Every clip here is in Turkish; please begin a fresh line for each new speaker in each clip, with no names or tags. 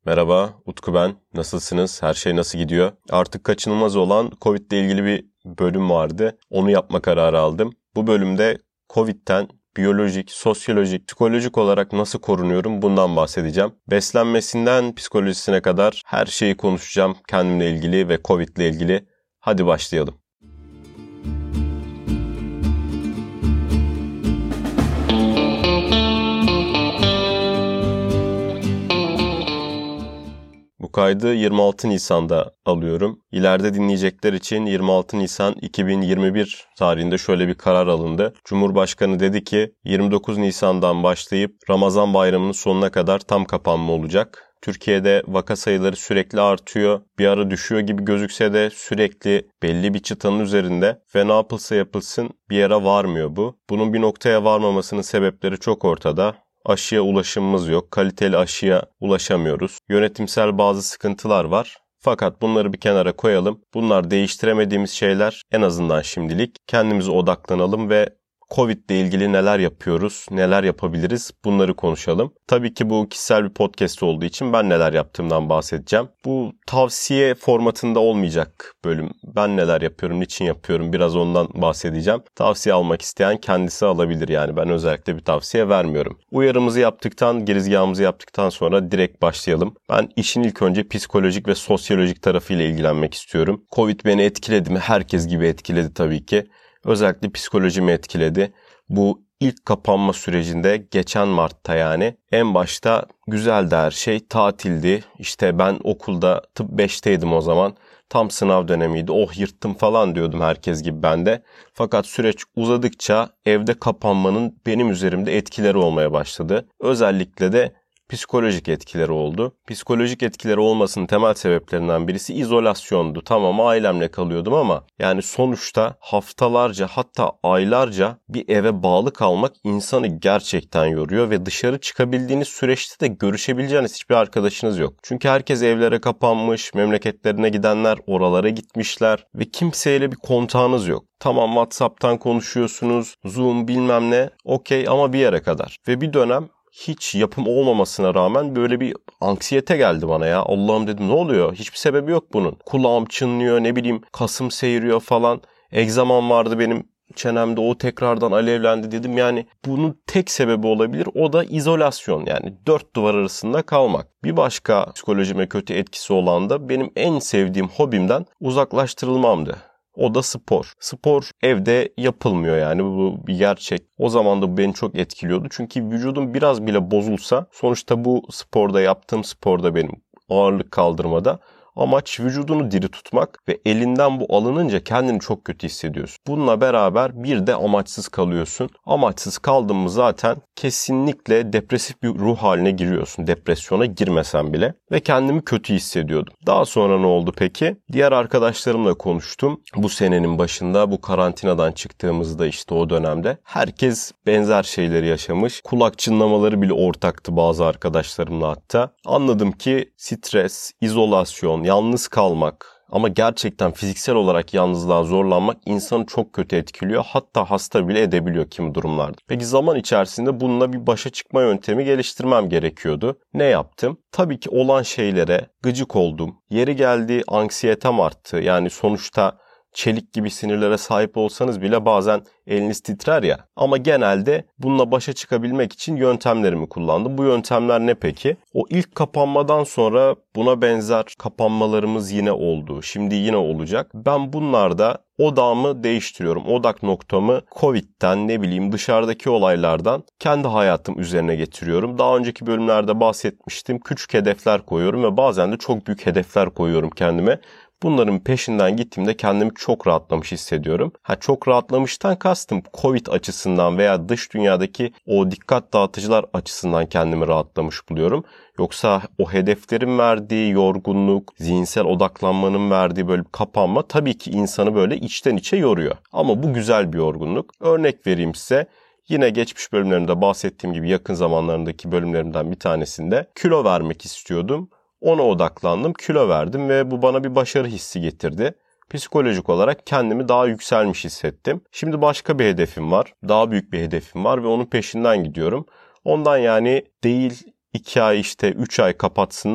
Merhaba, Utku ben. Nasılsınız? Her şey nasıl gidiyor? Artık kaçınılmaz olan Covid ile ilgili bir bölüm vardı. Onu yapma kararı aldım. Bu bölümde Covid'den biyolojik, sosyolojik, psikolojik olarak nasıl korunuyorum bundan bahsedeceğim. Beslenmesinden psikolojisine kadar her şeyi konuşacağım kendimle ilgili ve Covid ile ilgili. Hadi başlayalım. Bu kaydı 26 Nisan'da alıyorum. İleride dinleyecekler için 26 Nisan 2021 tarihinde şöyle bir karar alındı. Cumhurbaşkanı dedi ki 29 Nisan'dan başlayıp Ramazan bayramının sonuna kadar tam kapanma olacak. Türkiye'de vaka sayıları sürekli artıyor. Bir ara düşüyor gibi gözükse de sürekli belli bir çıtanın üzerinde ve ne yapılsa yapılsın bir yere varmıyor bu. Bunun bir noktaya varmamasının sebepleri çok ortada. Aşıya ulaşımımız yok, kaliteli aşıya ulaşamıyoruz. Yönetimsel bazı sıkıntılar var. Fakat bunları bir kenara koyalım. Bunlar değiştiremediğimiz şeyler, en azından şimdilik. Kendimize odaklanalım ve Covid ile ilgili neler yapıyoruz, neler yapabiliriz bunları konuşalım. Tabii ki bu kişisel bir podcast olduğu için ben neler yaptığımdan bahsedeceğim. Bu tavsiye formatında olmayacak bölüm. Ben neler yapıyorum, niçin yapıyorum biraz ondan bahsedeceğim. Tavsiye almak isteyen kendisi alabilir yani ben özellikle bir tavsiye vermiyorum. Uyarımızı yaptıktan, girizgahımızı yaptıktan sonra direkt başlayalım. Ben işin ilk önce psikolojik ve sosyolojik tarafıyla ilgilenmek istiyorum. Covid beni etkiledi mi? Herkes gibi etkiledi tabii ki. Özellikle psikolojimi etkiledi. Bu ilk kapanma sürecinde geçen Mart'ta yani en başta güzeldi her şey. Tatildi. İşte ben okulda tıp 5'teydim o zaman. Tam sınav dönemiydi. Oh yırttım falan diyordum herkes gibi ben de. Fakat süreç uzadıkça evde kapanmanın benim üzerimde etkileri olmaya başladı. Özellikle de psikolojik etkileri oldu. Psikolojik etkileri olmasının temel sebeplerinden birisi izolasyondu. Tamam ailemle kalıyordum ama yani sonuçta haftalarca hatta aylarca bir eve bağlı kalmak insanı gerçekten yoruyor ve dışarı çıkabildiğiniz süreçte de görüşebileceğiniz hiçbir arkadaşınız yok. Çünkü herkes evlere kapanmış, memleketlerine gidenler oralara gitmişler ve kimseyle bir kontağınız yok. Tamam WhatsApp'tan konuşuyorsunuz, Zoom bilmem ne okey ama bir yere kadar. Ve bir dönem hiç yapım olmamasına rağmen böyle bir anksiyete geldi bana ya. Allah'ım dedim ne oluyor? Hiçbir sebebi yok bunun. Kulağım çınlıyor ne bileyim kasım seyiriyor falan. Egzamam vardı benim çenemde o tekrardan alevlendi dedim. Yani bunun tek sebebi olabilir. O da izolasyon yani dört duvar arasında kalmak. Bir başka psikolojime kötü etkisi olan da benim en sevdiğim hobimden uzaklaştırılmamdı. O da spor. Spor evde yapılmıyor yani bu bir gerçek. O zaman da bu beni çok etkiliyordu. Çünkü vücudum biraz bile bozulsa sonuçta bu sporda yaptığım sporda benim ağırlık kaldırmada amaç vücudunu diri tutmak ve elinden bu alınınca kendini çok kötü hissediyorsun. Bununla beraber bir de amaçsız kalıyorsun. Amaçsız kaldın mı zaten kesinlikle depresif bir ruh haline giriyorsun. Depresyona girmesen bile ve kendimi kötü hissediyordum. Daha sonra ne oldu peki? Diğer arkadaşlarımla konuştum. Bu senenin başında bu karantinadan çıktığımızda işte o dönemde herkes benzer şeyleri yaşamış. Kulak çınlamaları bile ortaktı bazı arkadaşlarımla hatta. Anladım ki stres, izolasyon, yalnız kalmak ama gerçekten fiziksel olarak yalnızlığa zorlanmak insanı çok kötü etkiliyor. Hatta hasta bile edebiliyor kimi durumlarda. Peki zaman içerisinde bununla bir başa çıkma yöntemi geliştirmem gerekiyordu. Ne yaptım? Tabii ki olan şeylere gıcık oldum. Yeri geldi anksiyetem arttı. Yani sonuçta çelik gibi sinirlere sahip olsanız bile bazen eliniz titrer ya. Ama genelde bununla başa çıkabilmek için yöntemlerimi kullandım. Bu yöntemler ne peki? O ilk kapanmadan sonra buna benzer kapanmalarımız yine oldu. Şimdi yine olacak. Ben bunlarda odağımı değiştiriyorum. Odak noktamı Covid'den ne bileyim dışarıdaki olaylardan kendi hayatım üzerine getiriyorum. Daha önceki bölümlerde bahsetmiştim. Küçük hedefler koyuyorum ve bazen de çok büyük hedefler koyuyorum kendime. Bunların peşinden gittiğimde kendimi çok rahatlamış hissediyorum. Çok rahatlamıştan kastım Covid açısından veya dış dünyadaki o dikkat dağıtıcılar açısından kendimi rahatlamış buluyorum. Yoksa o hedeflerin verdiği yorgunluk, zihinsel odaklanmanın verdiği böyle bir kapanma tabii ki insanı böyle içten içe yoruyor. Ama bu güzel bir yorgunluk. Örnek vereyim size. Yine geçmiş bölümlerimde bahsettiğim gibi yakın zamanlarındaki bölümlerimden bir tanesinde kilo vermek istiyordum. Ona odaklandım, kilo verdim ve bu bana bir başarı hissi getirdi. Psikolojik olarak kendimi daha yükselmiş hissettim. Şimdi başka bir hedefim var, daha büyük bir hedefim var ve onun peşinden gidiyorum. Ondan yani değil 2 ay işte 3 ay kapatsınlar,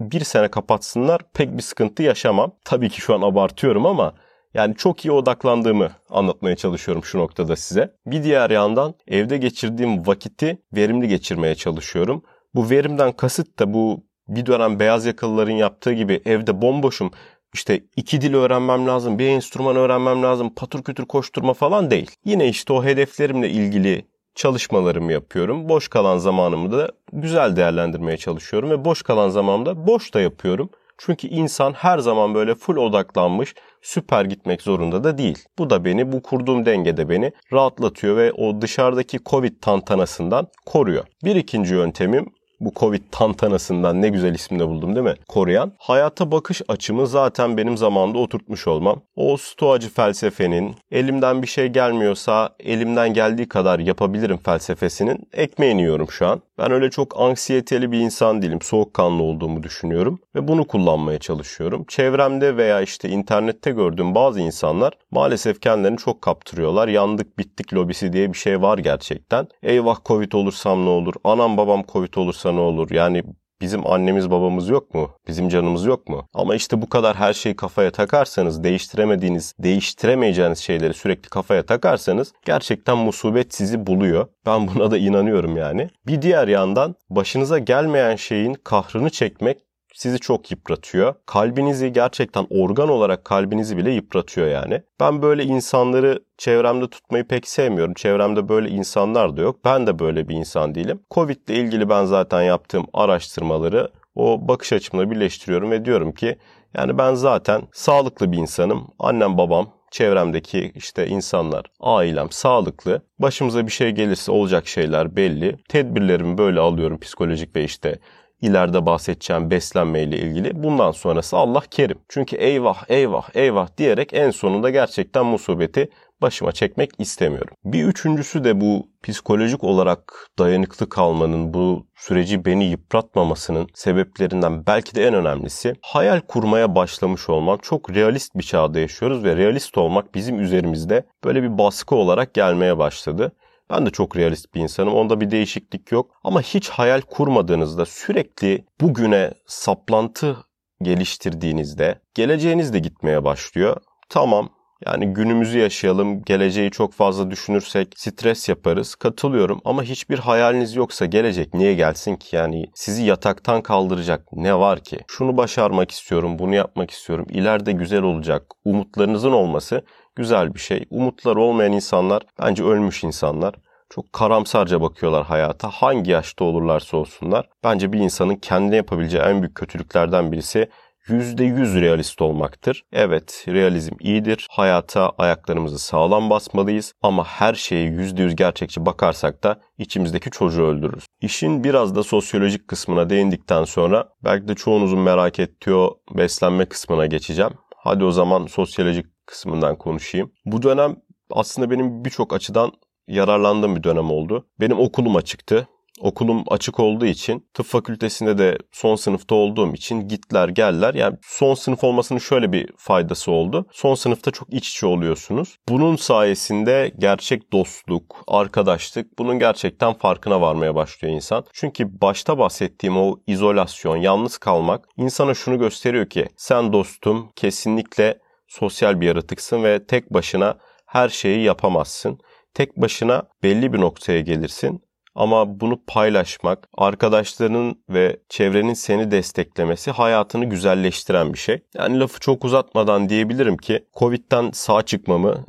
bir sene kapatsınlar pek bir sıkıntı yaşamam. Tabii ki şu an abartıyorum ama yani çok iyi odaklandığımı anlatmaya çalışıyorum şu noktada size. Bir diğer yandan evde geçirdiğim vakiti verimli geçirmeye çalışıyorum. Bu verimden kasıt da bu bir dönem beyaz yakalıların yaptığı gibi evde bomboşum, İşte 2 dil öğrenmem lazım, bir enstrüman öğrenmem lazım, patır kütür koşturma falan değil. Yine işte o hedeflerimle ilgili çalışmalarımı yapıyorum. Boş kalan zamanımı da güzel değerlendirmeye çalışıyorum ve boş kalan zamanımda boş da yapıyorum. Çünkü insan her zaman böyle full odaklanmış, süper gitmek zorunda da değil. Bu kurduğum denge de beni rahatlatıyor ve o dışarıdaki Covid tantanasından koruyor. Bir ikinci yöntemim, bu Covid tantanasından ne güzel ismini buldum değil mi? Koruyan. Hayata bakış açımı zaten benim zamanında oturtmuş olmam. O stoacı felsefenin, elimden bir şey gelmiyorsa elimden geldiği kadar yapabilirim felsefesinin ekmeğini yiyorum şu an. Ben öyle çok anksiyeteli bir insan değilim. Soğukkanlı olduğumu düşünüyorum ve bunu kullanmaya çalışıyorum. Çevremde veya işte internette gördüğüm bazı insanlar maalesef kendilerini çok kaptırıyorlar. Yandık bittik lobisi diye bir şey var gerçekten. Eyvah Covid olursam ne olur? Anam babam Covid olursa ne olur? Yani bizim annemiz babamız yok mu? Bizim canımız yok mu? Ama işte bu kadar her şeyi kafaya takarsanız, değiştiremeyeceğiniz şeyleri sürekli kafaya takarsanız gerçekten musibet sizi buluyor. Ben buna da inanıyorum yani. Bir diğer yandan başınıza gelmeyen şeyin kahrını çekmek sizi çok yıpratıyor. Kalbinizi gerçekten organ olarak kalbinizi bile yıpratıyor yani. Ben böyle insanları çevremde tutmayı pek sevmiyorum. Çevremde böyle insanlar da yok. Ben de böyle bir insan değilim. Covid ile ilgili ben zaten yaptığım araştırmaları o bakış açımla birleştiriyorum ve diyorum ki yani ben zaten sağlıklı bir insanım. Annem babam, çevremdeki işte insanlar, ailem sağlıklı. Başımıza bir şey gelirse olacak şeyler belli. Tedbirlerimi böyle alıyorum psikolojik ve işte İleride bahsedeceğim beslenmeyle ilgili. Bundan sonrası Allah kerim. Çünkü eyvah eyvah eyvah diyerek en sonunda gerçekten musibeti başıma çekmek istemiyorum. Bir üçüncüsü de bu psikolojik olarak dayanıklı kalmanın, bu süreci beni yıpratmamasının sebeplerinden belki de en önemlisi hayal kurmaya başlamış olmam. Çok realist bir çağda yaşıyoruz ve realist olmak bizim üzerimizde böyle bir baskı olarak gelmeye başladı. Ben de çok realist bir insanım. Onda bir değişiklik yok. Ama hiç hayal kurmadığınızda, sürekli bugüne saplantı geliştirdiğinizde geleceğiniz de gitmeye başlıyor. Tamam. Yani günümüzü yaşayalım, geleceği çok fazla düşünürsek stres yaparız. Katılıyorum ama hiçbir hayaliniz yoksa gelecek niye gelsin ki? Yani sizi yataktan kaldıracak ne var ki? Şunu başarmak istiyorum, bunu yapmak istiyorum. İleride güzel olacak. Umutlarınızın olması güzel bir şey. Umutlar olmayan insanlar bence ölmüş insanlar. Çok karamsarca bakıyorlar hayata. Hangi yaşta olurlarsa olsunlar. Bence bir insanın kendine yapabileceği en büyük kötülüklerden birisi %100 realist olmaktır. Evet, realizm iyidir. Hayata ayaklarımızı sağlam basmalıyız. Ama her şeye %100 gerçekçi bakarsak da içimizdeki çocuğu öldürürüz. İşin biraz da sosyolojik kısmına değindikten sonra belki de çoğunuzun merak ettiği o beslenme kısmına geçeceğim. Hadi o zaman sosyolojik kısmından konuşayım. Bu dönem aslında benim birçok açıdan yararlandığım bir dönem oldu. Benim okulum açıktı. Okulum açık olduğu için tıp fakültesinde de son sınıfta olduğum için gitler geller. Yani son sınıf olmasının şöyle bir faydası oldu. Son sınıfta çok iç içe oluyorsunuz. Bunun sayesinde gerçek dostluk, arkadaşlık bunun gerçekten farkına varmaya başlıyor insan. Çünkü başta bahsettiğim o izolasyon, yalnız kalmak insana şunu gösteriyor ki sen dostum kesinlikle sosyal bir yaratıksın ve tek başına her şeyi yapamazsın. Tek başına belli bir noktaya gelirsin. Ama bunu paylaşmak, arkadaşlarının ve çevrenin seni desteklemesi hayatını güzelleştiren bir şey. Yani lafı çok uzatmadan diyebilirim ki Covid'den sağ çıkmamı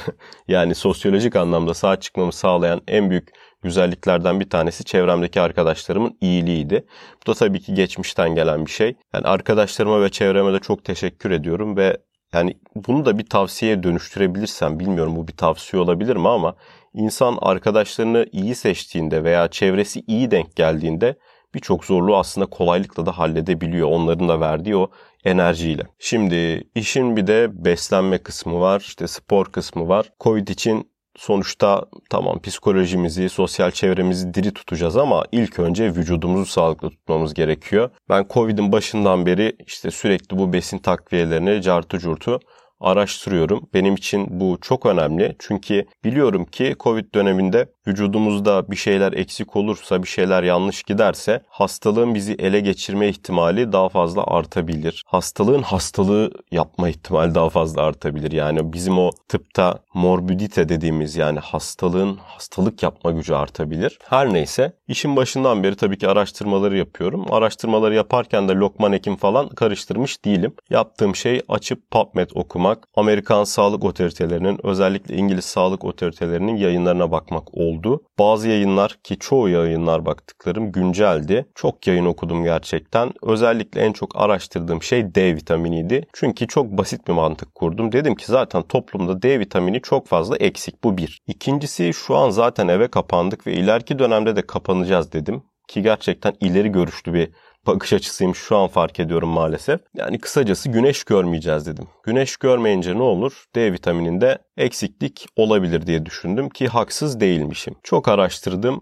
yani sosyolojik anlamda sağ çıkmamı sağlayan en büyük güzelliklerden bir tanesi çevremdeki arkadaşlarımın iyiliğiydi. Bu da tabii ki geçmişten gelen bir şey. Yani arkadaşlarıma ve çevreme de çok teşekkür ediyorum ve yani bunu da bir tavsiyeye dönüştürebilirsem bilmiyorum bu bir tavsiye olabilir mi ama insan arkadaşlarını iyi seçtiğinde veya çevresi iyi denk geldiğinde birçok zorluğu aslında kolaylıkla da halledebiliyor onların da verdiği o enerjiyle. Şimdi işin bir de beslenme kısmı var, işte spor kısmı var. Covid için sonuçta tamam psikolojimizi, sosyal çevremizi diri tutacağız ama ilk önce vücudumuzu sağlıklı tutmamız gerekiyor. Ben Covid'in başından beri işte sürekli bu besin takviyelerini, cartı curtu araştırıyorum. Benim için bu çok önemli. Çünkü biliyorum ki Covid döneminde vücudumuzda bir şeyler eksik olursa, bir şeyler yanlış giderse hastalığın bizi ele geçirme ihtimali daha fazla artabilir. Hastalığın hastalığı yapma ihtimali daha fazla artabilir. Yani bizim o tıpta morbidite dediğimiz, yani hastalığın hastalık yapma gücü artabilir. Her neyse, işin başından beri tabii ki araştırmaları yapıyorum. Araştırmaları yaparken de Lokman Hekim falan karıştırmış değilim. Yaptığım şey açıp PubMed okumak, Amerikan sağlık otoritelerinin, özellikle İngiliz sağlık otoritelerinin yayınlarına bakmak oldu. Bazı yayınlar, ki çoğu yayınlar baktıklarım günceldi. Çok yayın okudum gerçekten. Özellikle en çok araştırdığım şey D vitaminiydi. Çünkü çok basit bir mantık kurdum. Dedim ki zaten toplumda D vitamini çok fazla eksik. Bu bir. İkincisi, şu an zaten eve kapandık ve ileriki dönemde de kapanacağız dedim. Ki gerçekten ileri görüşlü bir bakış açısıymış, şu an fark ediyorum maalesef. Yani kısacası güneş görmeyeceğiz dedim. Güneş görmeyince ne olur? D vitamininde eksiklik olabilir diye düşündüm ki haksız değilmişim. Çok araştırdım.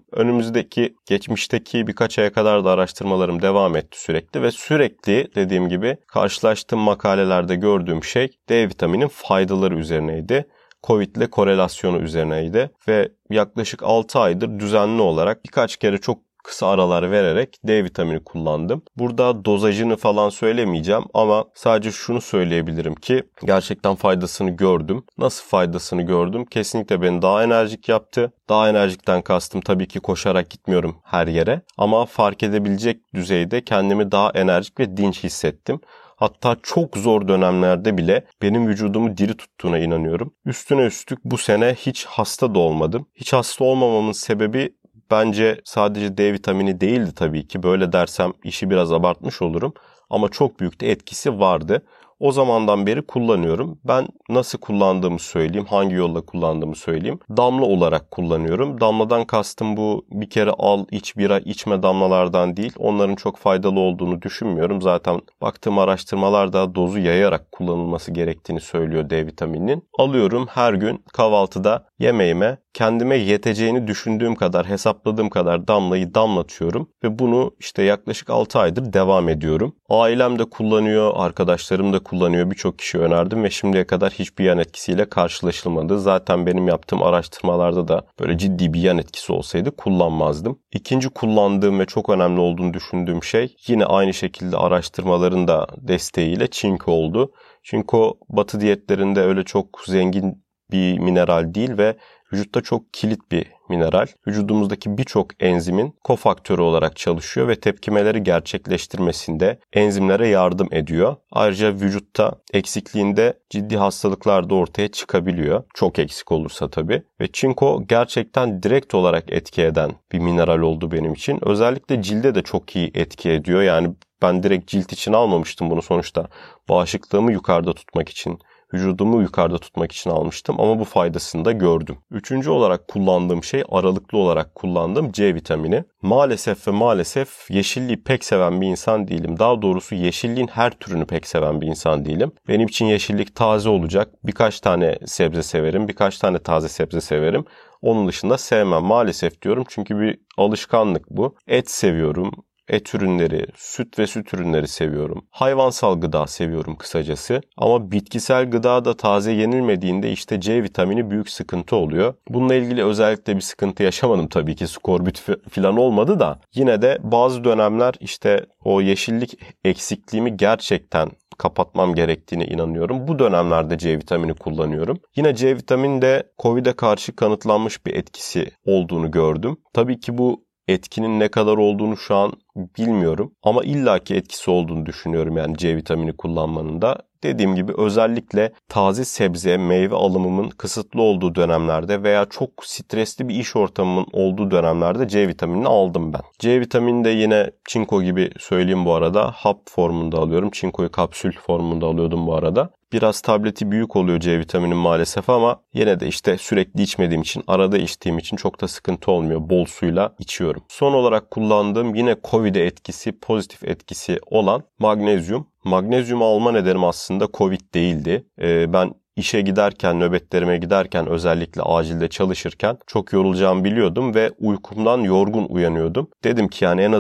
Geçmişteki birkaç aya kadar da araştırmalarım devam etti sürekli ve sürekli dediğim gibi karşılaştığım makalelerde gördüğüm şey D vitaminin faydaları üzerineydi. Covid ile korelasyonu üzerineydi ve yaklaşık 6 aydır düzenli olarak birkaç kere çok kısa aralar vererek D vitamini kullandım. Burada dozajını falan söylemeyeceğim ama sadece şunu söyleyebilirim ki gerçekten faydasını gördüm. Nasıl faydasını gördüm? Kesinlikle beni daha enerjik yaptı. Daha enerjikten kastım tabii ki koşarak gitmiyorum her yere ama fark edebilecek düzeyde kendimi daha enerjik ve dinç hissettim. Hatta çok zor dönemlerde bile benim vücudumu diri tuttuğuna inanıyorum. Üstüne üstlük bu sene hiç hasta da olmadım. Hiç hasta olmamamın sebebi bence sadece D vitamini değildi tabii ki. Böyle dersem işi biraz abartmış olurum. Ama çok büyük de etkisi vardı. O zamandan beri kullanıyorum. Ben nasıl kullandığımı söyleyeyim, hangi yolla kullandığımı söyleyeyim. Damla olarak kullanıyorum. Damladan kastım bu bir kere al, iç, bira içme damlalardan değil. Onların çok faydalı olduğunu düşünmüyorum. Zaten baktığım araştırmalarda dozu yayarak kullanılması gerektiğini söylüyor D vitamininin. Alıyorum her gün kahvaltıda yemeğime kendime yeteceğini düşündüğüm kadar, hesapladığım kadar damlayı damlatıyorum ve bunu işte yaklaşık 6 aydır devam ediyorum. Ailem de kullanıyor, arkadaşlarım da kullanıyor. Birçok kişi önerdim ve şimdiye kadar hiçbir yan etkisiyle karşılaşılmadı. Zaten benim yaptığım araştırmalarda da böyle ciddi bir yan etkisi olsaydı kullanmazdım. İkinci kullandığım ve çok önemli olduğunu düşündüğüm şey yine aynı şekilde araştırmaların da desteğiyle çinko oldu. Çinko batı diyetlerinde öyle çok zengin bir mineral değil ve vücutta çok kilit bir mineral. Vücudumuzdaki birçok enzimin kofaktörü olarak çalışıyor ve tepkimeleri gerçekleştirmesinde enzimlere yardım ediyor. Ayrıca vücutta eksikliğinde ciddi hastalıklar da ortaya çıkabiliyor. Çok eksik olursa tabii. Ve çinko gerçekten direkt olarak etki eden bir mineral oldu benim için. Özellikle cilde de çok iyi etki ediyor. Yani ben direkt cilt için almamıştım bunu sonuçta. Bağışıklığımı yukarıda tutmak için, vücudumu yukarıda tutmak için almıştım ama bu faydasını da gördüm. Üçüncü olarak kullandığım şey, aralıklı olarak kullandığım C vitamini. Maalesef yeşilliği pek seven bir insan değilim. Daha doğrusu yeşilliğin her türünü pek seven bir insan değilim. Benim için yeşillik taze olacak. Birkaç tane sebze severim, birkaç tane taze sebze severim. Onun dışında sevmem maalesef diyorum çünkü bir alışkanlık bu. Et seviyorum. Et ürünleri, süt ve süt ürünleri seviyorum. Hayvansal gıda seviyorum kısacası. Ama bitkisel gıda da taze yenilmediğinde işte C vitamini büyük sıkıntı oluyor. Bununla ilgili özellikle bir sıkıntı yaşamadım tabii ki. Skorbut falan olmadı da. Yine de bazı dönemler işte o yeşillik eksikliğimi gerçekten kapatmam gerektiğine inanıyorum. Bu dönemlerde C vitamini kullanıyorum. Yine C vitamini de Covid'e karşı kanıtlanmış bir etkisi olduğunu gördüm. Tabii ki bu etkinin ne kadar olduğunu şu an bilmiyorum ama illaki etkisi olduğunu düşünüyorum yani C vitamini kullanmanın da. Dediğim gibi özellikle taze sebze, meyve alımımın kısıtlı olduğu dönemlerde veya çok stresli bir iş ortamımın olduğu dönemlerde C vitaminini aldım ben. C vitamini de yine çinko gibi söyleyeyim bu arada. Hap formunda alıyorum. Çinkoyu kapsül formunda alıyordum bu arada. Biraz tableti büyük oluyor C vitaminin maalesef ama yine de işte sürekli içmediğim için, arada içtiğim için çok da sıkıntı olmuyor. Bol suyla içiyorum. Son olarak kullandığım yine Covid'e etkisi, pozitif etkisi olan magnezyum. Magnezyumu alma nedenim aslında Covid değildi. Ben işe giderken, nöbetlerime giderken, özellikle acilde çalışırken çok yorulacağımı biliyordum ve uykumdan yorgun uyanıyordum. Dedim ki yani en azından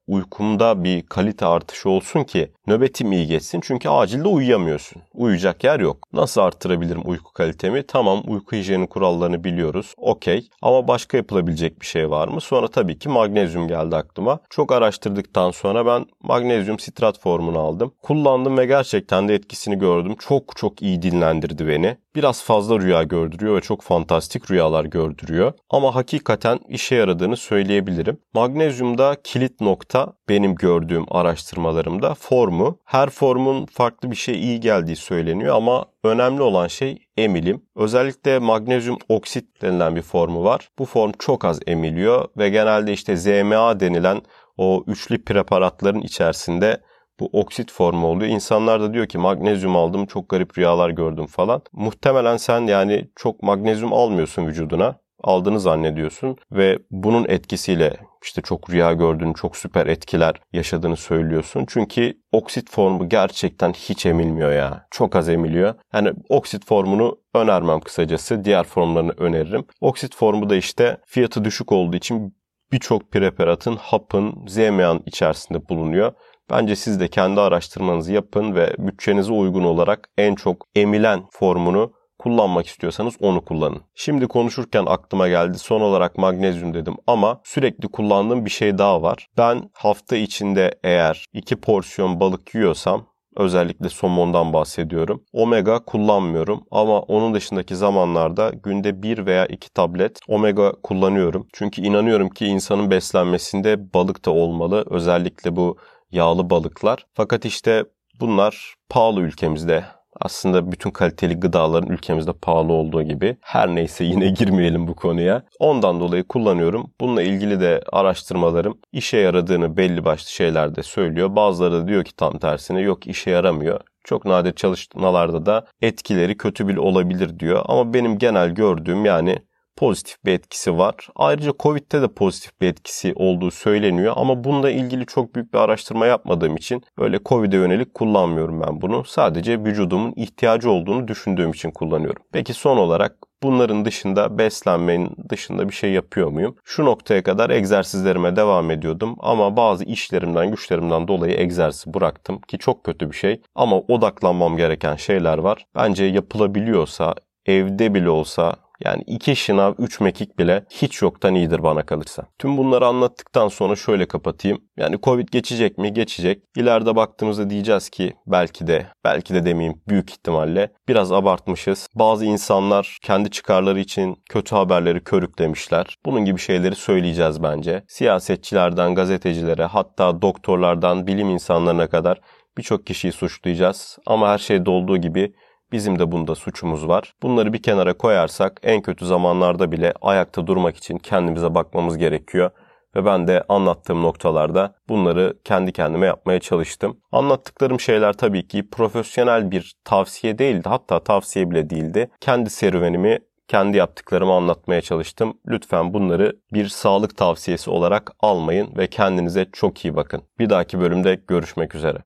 uykumda bir kalite artışı olsun ki nöbetim iyi geçsin. Çünkü acilde uyuyamıyorsun. Uyuyacak yer yok. Nasıl arttırabilirim uyku kalitemi? Tamam, uyku hijyeni kurallarını biliyoruz. Okey. Ama başka yapılabilecek bir şey var mı? Sonra tabii ki magnezyum geldi aklıma. Çok araştırdıktan sonra ben magnezyum sitrat formunu aldım. Kullandım ve gerçekten de etkisini gördüm. Çok çok iyi dinlendirdi beni. Biraz fazla rüya gördürüyor ve çok fantastik rüyalar gördürüyor. Ama hakikaten işe yaradığını söyleyebilirim. Magnezyumda kilit nokta benim gördüğüm araştırmalarımda formu. Her formun farklı bir şey iyi geldiği söyleniyor ama önemli olan şey emilim. Özellikle magnezyum oksit denilen bir formu var. Bu form çok az emiliyor ve genelde işte ZMA denilen o üçlü preparatların içerisinde bu oksit formu oluyor. İnsanlar da diyor ki magnezyum aldım, çok garip rüyalar gördüm falan. Muhtemelen sen yani çok magnezyum almıyorsun vücuduna. Aldığını zannediyorsun ve bunun etkisiyle işte çok rüya gördüğünü, çok süper etkiler yaşadığını söylüyorsun. Çünkü oksit formu gerçekten hiç emilmiyor ya. Çok az emiliyor. Yani oksit formunu önermem kısacası. Diğer formlarını öneririm. Oksit formu da işte fiyatı düşük olduğu için birçok preparatın, hapın, ZMA'nın içerisinde bulunuyor. Bence siz de kendi araştırmanızı yapın ve bütçenize uygun olarak en çok emilen formunu kullanmak istiyorsanız onu kullanın. Şimdi konuşurken aklıma geldi. Son olarak magnezyum dedim ama sürekli kullandığım bir şey daha var. Ben hafta içinde eğer 2 porsiyon balık yiyorsam, özellikle somondan bahsediyorum, omega kullanmıyorum ama onun dışındaki zamanlarda günde 1 veya 2 tablet omega kullanıyorum. Çünkü inanıyorum ki insanın beslenmesinde balık da olmalı. Özellikle bu yağlı balıklar. Fakat işte bunlar pahalı ülkemizde. Aslında bütün kaliteli gıdaların ülkemizde pahalı olduğu gibi. Her neyse, yine girmeyelim bu konuya. Ondan dolayı kullanıyorum. Bununla ilgili de araştırmalarım işe yaradığını belli başlı şeylerde söylüyor. Bazıları da diyor ki tam tersine, yok işe yaramıyor. Çok nadir çalışmalarda da etkileri kötü bile olabilir diyor. Ama benim genel gördüğüm yani pozitif bir etkisi var. Ayrıca Covid'de de pozitif bir etkisi olduğu söyleniyor ama bununla ilgili çok büyük bir araştırma yapmadığım için böyle Covid'e yönelik kullanmıyorum ben bunu. Sadece vücudumun ihtiyacı olduğunu düşündüğüm için kullanıyorum. Peki son olarak bunların dışında, beslenmenin dışında bir şey yapıyor muyum? Şu noktaya kadar egzersizlerime devam ediyordum ama bazı işlerimden, güçlerimden dolayı egzersizi bıraktım ki çok kötü bir şey. Ama odaklanmam gereken şeyler var. Bence yapılabiliyorsa, evde bile olsa, yani 2 şınav 3 mekik bile hiç yoktan iyidir bana kalırsa. Tüm bunları anlattıktan sonra şöyle kapatayım. Yani Covid geçecek mi? Geçecek. İleride baktığımızda diyeceğiz ki belki de demeyeyim, büyük ihtimalle biraz abartmışız. Bazı insanlar kendi çıkarları için kötü haberleri körüklemişler. Bunun gibi şeyleri söyleyeceğiz bence. Siyasetçilerden gazetecilere, hatta doktorlardan bilim insanlarına kadar birçok kişiyi suçlayacağız. Ama her şeyde olduğu gibi bizim de bunda suçumuz var. Bunları bir kenara koyarsak en kötü zamanlarda bile ayakta durmak için kendimize bakmamız gerekiyor. Ve ben de anlattığım noktalarda bunları kendi kendime yapmaya çalıştım. Anlattıklarım şeyler tabii ki profesyonel bir tavsiye değildi. Hatta tavsiye bile değildi. Kendi serüvenimi, kendi yaptıklarımı anlatmaya çalıştım. Lütfen bunları bir sağlık tavsiyesi olarak almayın ve kendinize çok iyi bakın. Bir dahaki bölümde görüşmek üzere.